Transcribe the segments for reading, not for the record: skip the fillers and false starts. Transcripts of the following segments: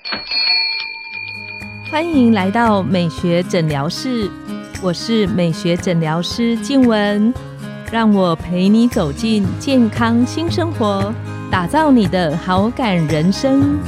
欢迎来到美学诊疗室，我是美学诊疗师静雯，让我陪你走进健康新生活，打造你的好感人生。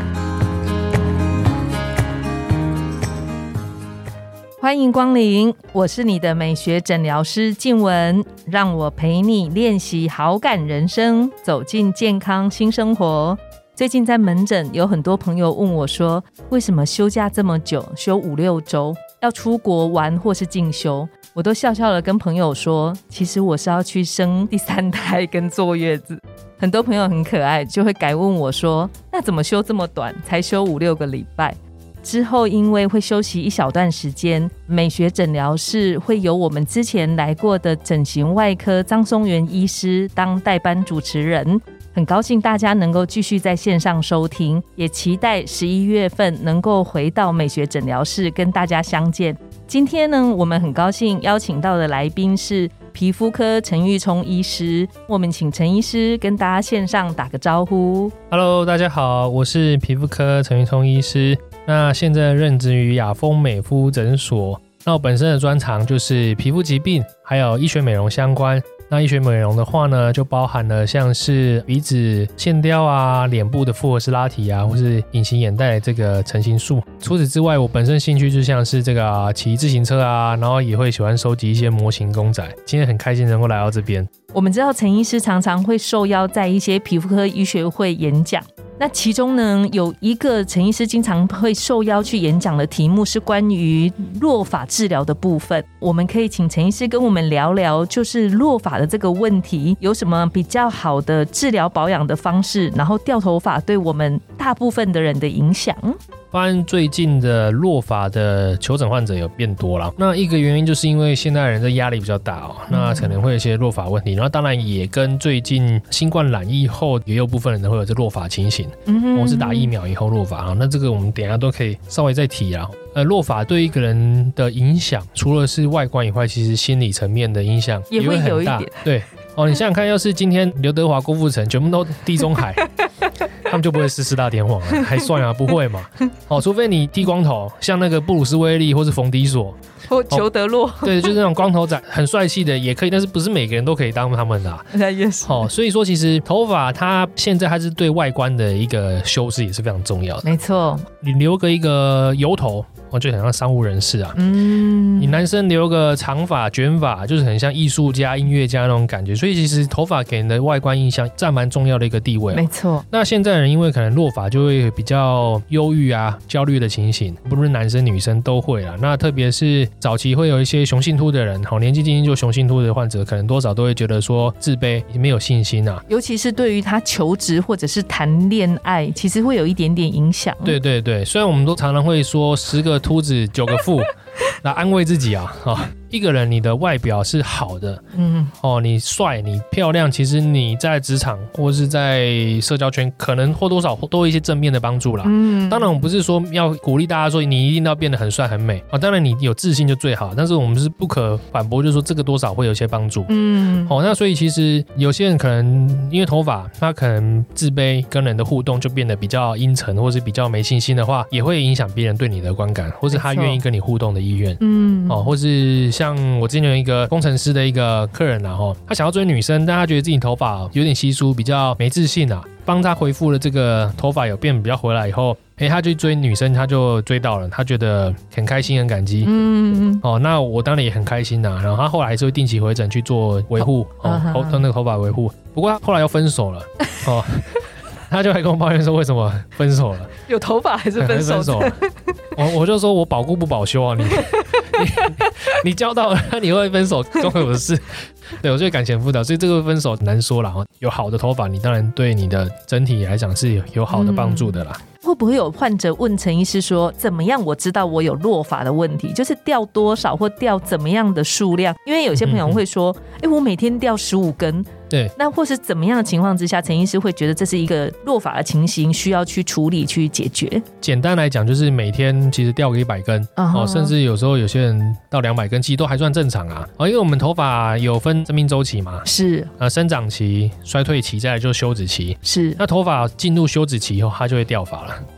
欢迎光临，我是你的美学诊疗师静雯，让我陪你练习好感人生，走进健康新生活。最近在门诊有很多朋友问我说，为什么休假这么久，休5-6周，要出国玩或是进修？我都笑笑的跟朋友说，其实我是要去生第3胎跟坐月子。很多朋友很可爱，就会改问我说，那怎么休这么短，才休5-6个礼拜？之后因为会休息一小段时间，美学诊疗室会由我们之前来过的整形外科张松元医师当代班主持人。很高兴大家能够继续在线上收听，也期待11月份能够回到美学诊疗室跟大家相见。今天呢，我们很高兴邀请到的来宾是皮肤科陈玉聪医师，我们请陈医师跟大家线上打个招呼。 Hello， 大家好，我是皮肤科陈玉聪医师，那现在任职于雅丰美肤诊所。那我本身的专长就是皮肤疾病还有医学美容相关。那医学美容的话呢，就包含了像是鼻子线雕啊、脸部的复合式拉提啊，或是隐形眼袋这个成型术。除此之外，我本身兴趣就像是这个骑自行车啊，然后也会喜欢收集一些模型公仔。今天很开心能够来到这边。 我们知道陈医师常常会受邀在一些皮肤科医学会演讲，那其中呢，有一个陈医师经常会受邀去演讲的题目是关于落发治疗的部分。我们可以请陈医师跟我们聊聊，就是落发的这个问题有什么比较好的治疗保养的方式，然后掉头发对我们大部分的人的影响。 发现最近的落发的求诊患者有变多了，那一个原因就是因为现代人的压力比较大那可能会有一些落发问题，然后当然也跟最近新冠染疫后也有部分人会有这落发情形，或是打疫苗以后落发那这个我们等一下都可以稍微再提啦。落发对一个人的影响，除了是外观以外，其实心理层面的影响也会很大， 也会有一点。 对你想想看，要是今天刘德华、郭富城全部都地中海他们就不会是4大天王了，还算啊，不会嘛？除非你剃光头，像那个布鲁斯威利或是冯迪索或裘德洛， 对，就是那种光头仔，很帅气的也可以，但是不是每个人都可以当他们的所以说其实头发它现在还是对外观的一个修饰也是非常重要的。 没错， 你留个一个油头就很像商务人士啊，你男生留个长发卷发，就是很像艺术家、音乐家那种感觉。所以其实头发给人的外观印象占蛮重要的一个地位没错。 那现在人因为可能落发就会比较忧郁啊、焦虑的情形，不论男生女生都会啦。那特别是早期会有一些雄性秃的人，年纪轻轻就雄性秃的患者，可能多少都会觉得说自卑、没有信心啊。 尤其是对于他求职或者是谈恋爱，其实会有一点点影响。 对对对，虽然我们都常常会说10个秃子9个富来安慰自己一个人你的外表是好的，你帅你漂亮，其实你在职场或是在社交圈可能或多少都有一些正面的帮助啦。当然我不是说要鼓励大家说你一定要变得很帅很美当然你有自信就最好，但是我们是不可反驳，就是说这个多少会有一些帮助。那所以其实有些人可能因为头发他可能自卑，跟人的互动就变得比较阴沉，或是比较没信心的话，也会影响别人对你的观感，或是他愿意跟你互动的意愿。或是像我之前有一个工程师的一个客人他想要追女生，但他觉得自己头发有点稀疏，比较没自信帮他回复了这个头发有变比较回来以后，他就追女生，他就追到了，他觉得很开心很感激。那我当然也很开心然后他后来还是会定期回诊去做维护那个头发维护，不过他后来又分手了他就还跟我抱怨说为什么分手了， 有头发还是分手了我就说我保固不保修啊，你交到了你会分手关我的事。对，我觉得感情很复杂，所以这个分手难说啦。有好的头发你当然对你的整体来讲是有好的帮助的啦。 会不会有患者问陈医师说，怎么样我知道我有落发的问题，就是掉多少或掉怎么样的数量？因为有些朋友会说我每天掉15根， 对， 那或是怎么样的情况之下，陈医师会觉得这是一个落发的情形，需要去处理去解决？ 简单来讲就是每天其实掉个100根甚至有时候有些人到200根其实都还算正常因为我们头发有分生命周期嘛， 是生长期、衰退期，再来就是休止期。 是， 那头发进入休止期以后它就会掉发了。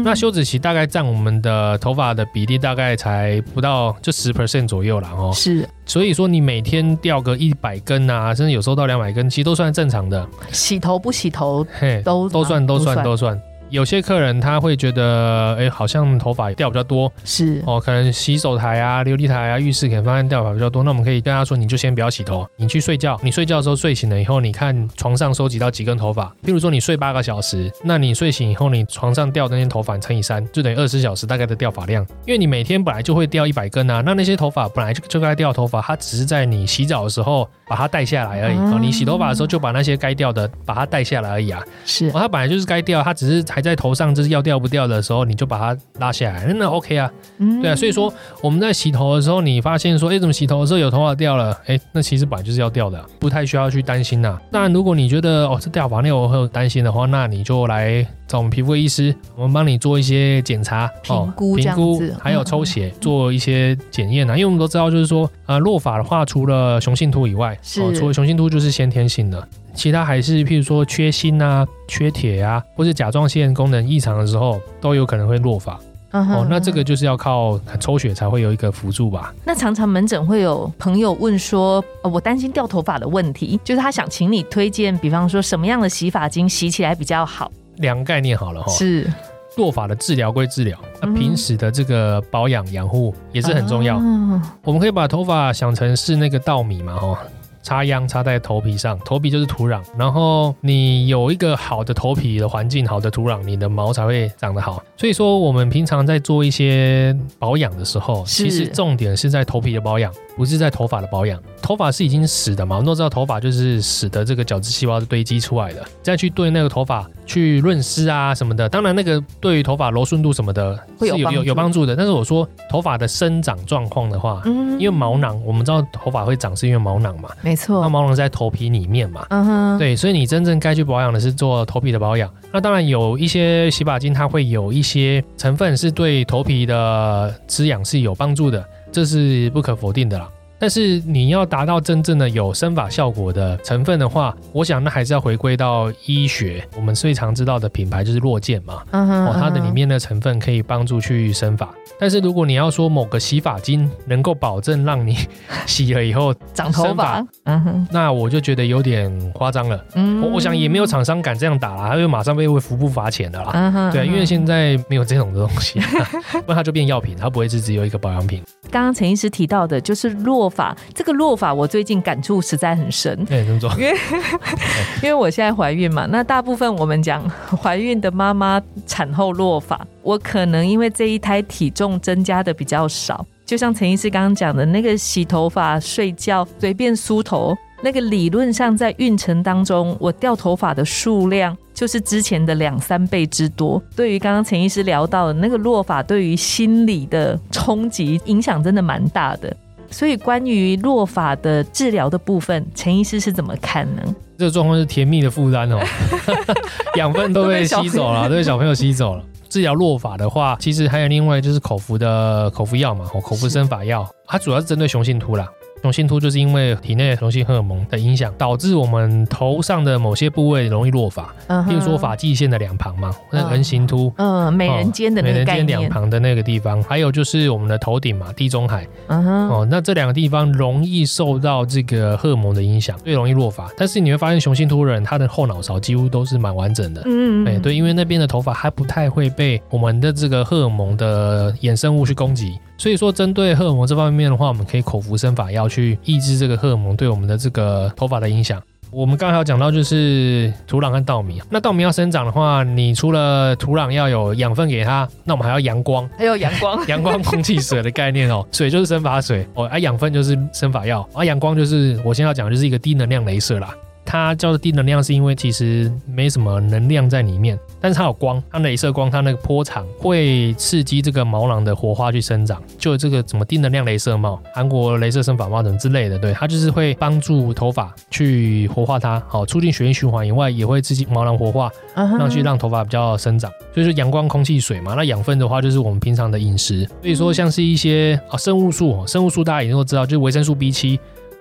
那休止期大概占我们的头发的比例大概才不到就 10% 左右啦哦。 是， 所以说你每天掉个100根啊，甚至有时候到200根，其实都算正常的。 洗头不洗头都算。 有些客人他会觉得，好像头发掉比较多， 是可能洗手台啊、琉璃台啊、浴室可能发现掉发比较多，那我们可以跟他说，你就先不要洗头，你去睡觉。你睡觉的时候睡醒了以后，你看床上收集到几根头发，譬如说你睡8个小时，那你睡醒以后，你床上掉的那些头发乘以3，就等于24小时大概的掉发量。因为你每天本来就会掉100根啊，那些头发本来就该掉的头发，它只是在你洗澡的时候把它带下来而已。你洗头发的时候就把那些该掉的把它带下来而已啊。 是， 它本来就是该掉，它只是还在头上，就是要掉不掉的时候，你就把它拉下来，那 OK 啊。对啊，所以说我们在洗头的时候，你发现说，怎么洗头的时候有头发掉了？那其实本来就是要掉的，不太需要去担心呐。当然，如果你觉得这掉发那我会有担心的话，那你就来找我们皮肤医师，我们帮你做一些检查、 评估， 还有抽血做一些检验啊。因为我们都知道，就是说落发的话，除了雄性秃以外，除了雄性秃就是先天性的。其他还是譬如说缺锌啊、缺铁啊，或是甲状腺功能异常的时候，都有可能会落发。那这个就是要靠抽血才会有一个辅助吧。 那常常门诊会有朋友问说，我担心掉头发的问题，就是他想请你推荐，比方说什么样的洗发精洗起来比较好。 两个概念好了是落发的治疗归治疗，平时的这个保养养护也是很重要。我们可以把头发想成是那个稻米嘛插秧插在头皮上，头皮就是土壤，然后你有一个好的头皮的环境，好的土壤，你的毛才会长得好。所以说我们平常在做一些保养的时候，其实重点是在头皮的保养，不是在头发的保养。头发是已经死的嘛，我们都知道头发就是死的这个角质细胞堆积出来的，再去对那个头发去润湿啊什么的，当然那个对于头发柔顺度什么的是有帮助的。但是我说头发的生长状况的话，因为毛囊，我们知道头发会长是因为毛囊嘛， 没错， 那毛囊在头皮里面嘛，对，所以你真正该去保养的是做头皮的保养。那当然有一些洗发精它会有一些成分是对头皮的滋养是有帮助的，这是不可否定的啦。但是你要达到真正的有生发效果的成分的话，我想那还是要回归到医学。我们最常知道的品牌就是落健嘛，它的里面的成分可以帮助去生发。但是如果你要说某个洗发精能够保证让你洗了以后长头发， 那我就觉得有点夸张了。我想也没有厂商敢这样打啦，他就马上被服部罚钱的啦。对，因为现在没有这种东西，不然它就变药品，它不会是只有一个保养品。 刚刚陈医师提到的就是落发，这个落发我最近感触实在很深。 怎么说？ 因为我现在怀孕嘛，那大部分我们讲怀孕的妈妈产后落发，我可能因为这一胎体重增加的比较少，就像陈医师刚刚讲的那个洗头发、睡觉、随便梳头，那个理论上在孕程当中我掉头发的数量就是之前的2-3倍之多。对于刚刚陈医师聊到的那个落发对于心理的冲击影响真的蛮大的。所以关于落发的治疗的部分，陈医师是怎么看呢？ 这个状况是甜蜜的负担养分都被吸走了，都被小朋友吸走了。治疗落发的话，其实还有另外就是口服药嘛，口服生发药，它主要是针对雄性秃啦。雄性秃就是因为体内的雄性荷尔蒙的影响，导致我们头上的某些部位容易落发，譬如说发际线的两旁嘛，那个 N 型秃， 美人尖的那个概念， 美人尖两旁的那个地方，还有就是我们的头顶嘛，地中海，那这两个地方容易受到这个荷尔蒙的影响，最容易落发。但是你会发现雄性秃人他的后脑勺几乎都是蛮完整的，对，因为那边的头发还不太会被我们的这个荷尔蒙的衍生物去攻击。所以说针对荷尔蒙这方面的话，我们可以口服生发药去抑制这个荷尔蒙对我们的这个头发的影响。我们刚才有讲到就是土壤和稻米，那稻米要生长的话，你除了土壤要有养分给它，那我们还要阳光， 还有阳光阳光空气水的概念水就是生发水养分就是生发药阳光就是我现在要讲的就是一个低能量雷射啦。它叫做低能量是因为其实没什么能量在里面，但是它有光，它雷射光，它那个波长会刺激这个毛囊的活化去生长，就有这个什么低能量雷射帽、韩国雷射生发帽等之类的，对，它就是会帮助头发去活化它，促进血液循环以外，也会刺激毛囊活化，让头发比较生长。所以说阳光、空气、水嘛，那养分的话就是我们平常的饮食，所以说像是一些生物素大家也都知道，就是维生素 B7。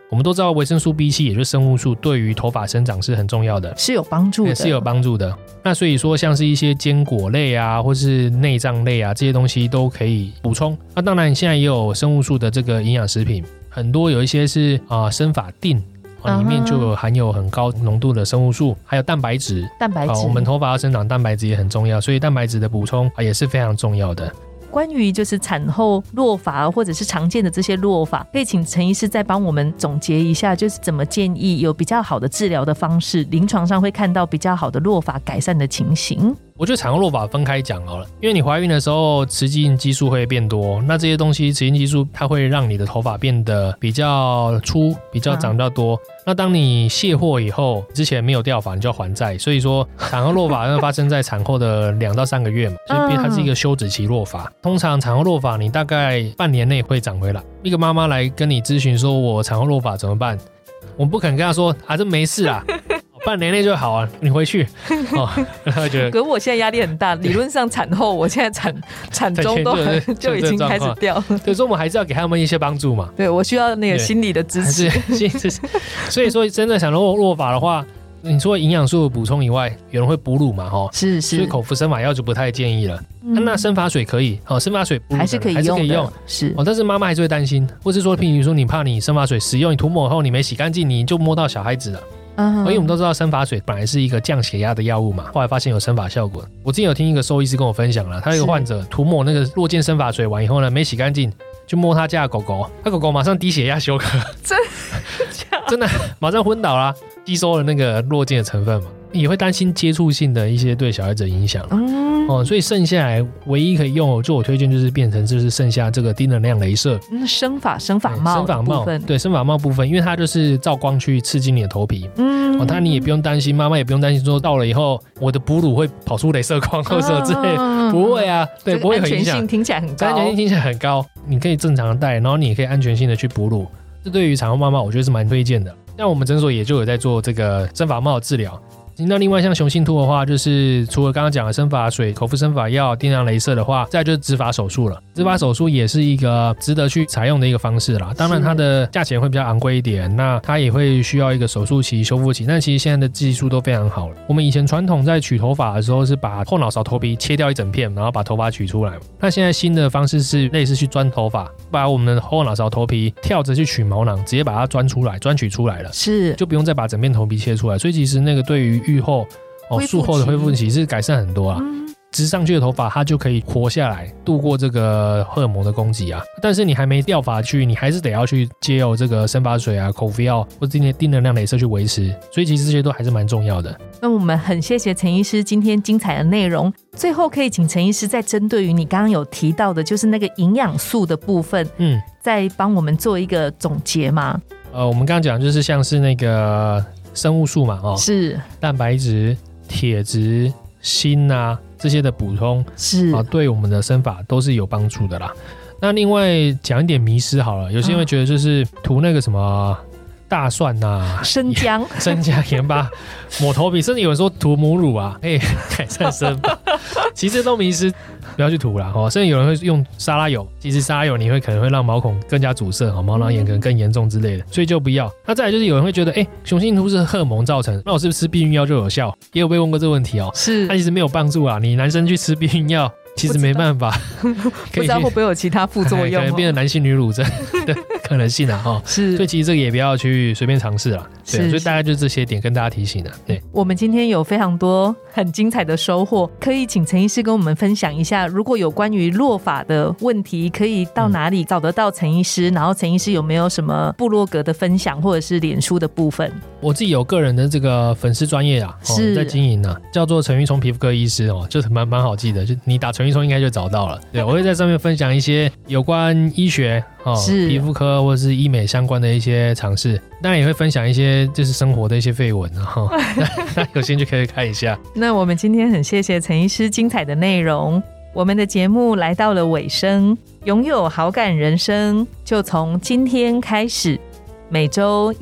我们都知道维生素 B7 也就是生物素对于头发生长是很重要的， 是有帮助的， 是有帮助的。那所以说像是一些坚果类啊或是内脏类啊这些东西都可以补充。那当然现在也有生物素的这个营养食品，很多有一些是生发定里面就有含有很高浓度的生物素，还有蛋白质。我们头发要生长，蛋白质也很重要，所以蛋白质的补充也是非常重要的。 关于就是产后落发或者是常见的这些落发，可以请陈医师再帮我们总结一下，就是怎么建议有比较好的治疗的方式，临床上会看到比较好的落发改善的情形。 我觉得产后落发分开讲好了，因为你怀孕的时候雌激激素会变多，那这些东西雌激素它会让你的头发变得比较粗，比较长比较多。那当你卸货以后，之前没有掉发，你就要还债。所以说产后落发发生在产后的2到3个月嘛，所以它是一个休止期落发。通常产后落发你大概半年内会长回来。一个妈妈来跟你咨询说我产后落发怎么办，我们不可能跟她说这没事啦半年内就好啊，你回去他会觉得。 可是我现在压力很大，理论上产后，我现在产中都就已经开始掉。 对，所以我们还是要给他们一些帮助嘛。 对，我需要那个心理的支持。 所以说，真的想落发的话，你除了营养素的补充以外，有人会哺乳嘛， 是， 所以口服生发药就不太建议了。那生发水可以，生发水还是可以用，是但是妈妈还是会担心，或是说，譬如说你怕你生发水使用，你涂抹后你没洗干净，你就摸到小孩子了。因为我们都知道生发水本来是一个降血压的药物嘛，后来发现有生发效果。我之前有听一个兽医师跟我分享了，他有一个患者涂抹那个落健生发水完以后呢，没洗干净，就摸他家的狗狗，他狗狗马上低血压休克，真的马上昏倒啦，吸收了那个落健的成分嘛，也会担心接触性的一些对小孩子的影响。所以剩下来唯一可以用，就我推荐就是变成就是剩下这个低能量雷射生发帽部分， 对，生发帽部分，因为它就是照光去刺激你的头皮。你也不用担心，妈妈也不用担心说到了以后我的哺乳会跑出雷射光或者之类的，不会啊，对，不会很影响。 安全性听起来很高， 安全性听起来很高，你可以正常的戴，然后你也可以安全性的去哺乳。这对于产后妈妈我觉得是蛮推荐的。像我们诊所也就有在做这个生发帽的治疗。那另外像雄性秃的话，就是除了刚刚讲的生发水、口服生发药、低能量雷射的话，再就是植发手术了。植发手术也是一个值得去采用的一个方式啦。当然它的价钱会比较昂贵一点，那它也会需要一个手术期、修复期。但其实现在的技术都非常好了。我们以前传统在取头发的时候是把后脑勺头皮切掉一整片，然后把头发取出来。那现在新的方式是类似去钻头发，把我们的后脑勺头皮跳着去取毛囊，直接把它钻取出来了， 是就不用再把整片头皮切出来。所以其实那个对于愈后术后的恢复期是改善很多啊。植上去的头发它就可以活下来，度过这个荷尔蒙的攻击啊。但是你还没掉发去，你还是得要去接有这个生发水啊、口服药或者低能量雷射去维持。所以其实这些都还是蛮重要的。 那我们很谢谢陈医师今天精彩的内容。最后可以请陈医师再针对于你刚刚有提到的，就是那个营养素的部分，再帮我们做一个总结吗？ 我们刚刚讲就是像是那个生物素嘛， 是蛋白质、铁质、锌啊这些的补充是对我们的生发都是有帮助的啦。那另外讲一点迷思好了，有些人会觉得就是涂那个什么大蒜啊、 生姜、 盐巴抹头皮，甚至有人说涂母乳啊可以改善生发，其实都迷思，不要去涂啦。甚至有人会用沙拉油，其实沙拉油你可能会让毛孔更加阻塞，毛囊炎可能更严重之类的，所以就不要。那再来就是有人会觉得雄性秃是荷尔蒙造成，那我是不是吃避孕药就有效？也有被问过这个问题是， 它其实没有帮助啊。你男生去吃避孕药其实没办法， 不知道会不会有其他副作用， 可能变成男性女乳症的可能性啊。 是， 所以其实这个也不要去随便尝试啦。对，所以大概就这些点跟大家提醒的。对， 我们今天有非常多很精彩的收获，可以请陈医师跟我们分享一下，如果有关于落发的问题，可以到哪里找得到陈医师？然后陈医师有没有什么部落格的分享或者是脸书的部分？ 我自己有个人的这个粉丝专页是在经营叫做陈玉聪皮肤科医师就是蛮好记的，就你打陈玉聪应该就找到了。对，我会在上面分享一些有关医学皮肤科或者是医美相关的一些尝试，当然也会分享一些就是生活的一些废文那有兴趣可以看一下。 那我们今天很谢谢陈医师精彩的内容，我们的节目来到了尾声，拥有好感人生就从今天开始，每周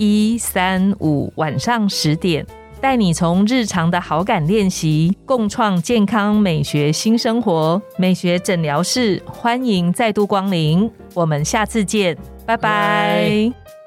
1、3、5晚上10点，带你从日常的好感练习，共创健康美学新生活。美学诊疗室欢迎再度光临，我们下次见，拜拜。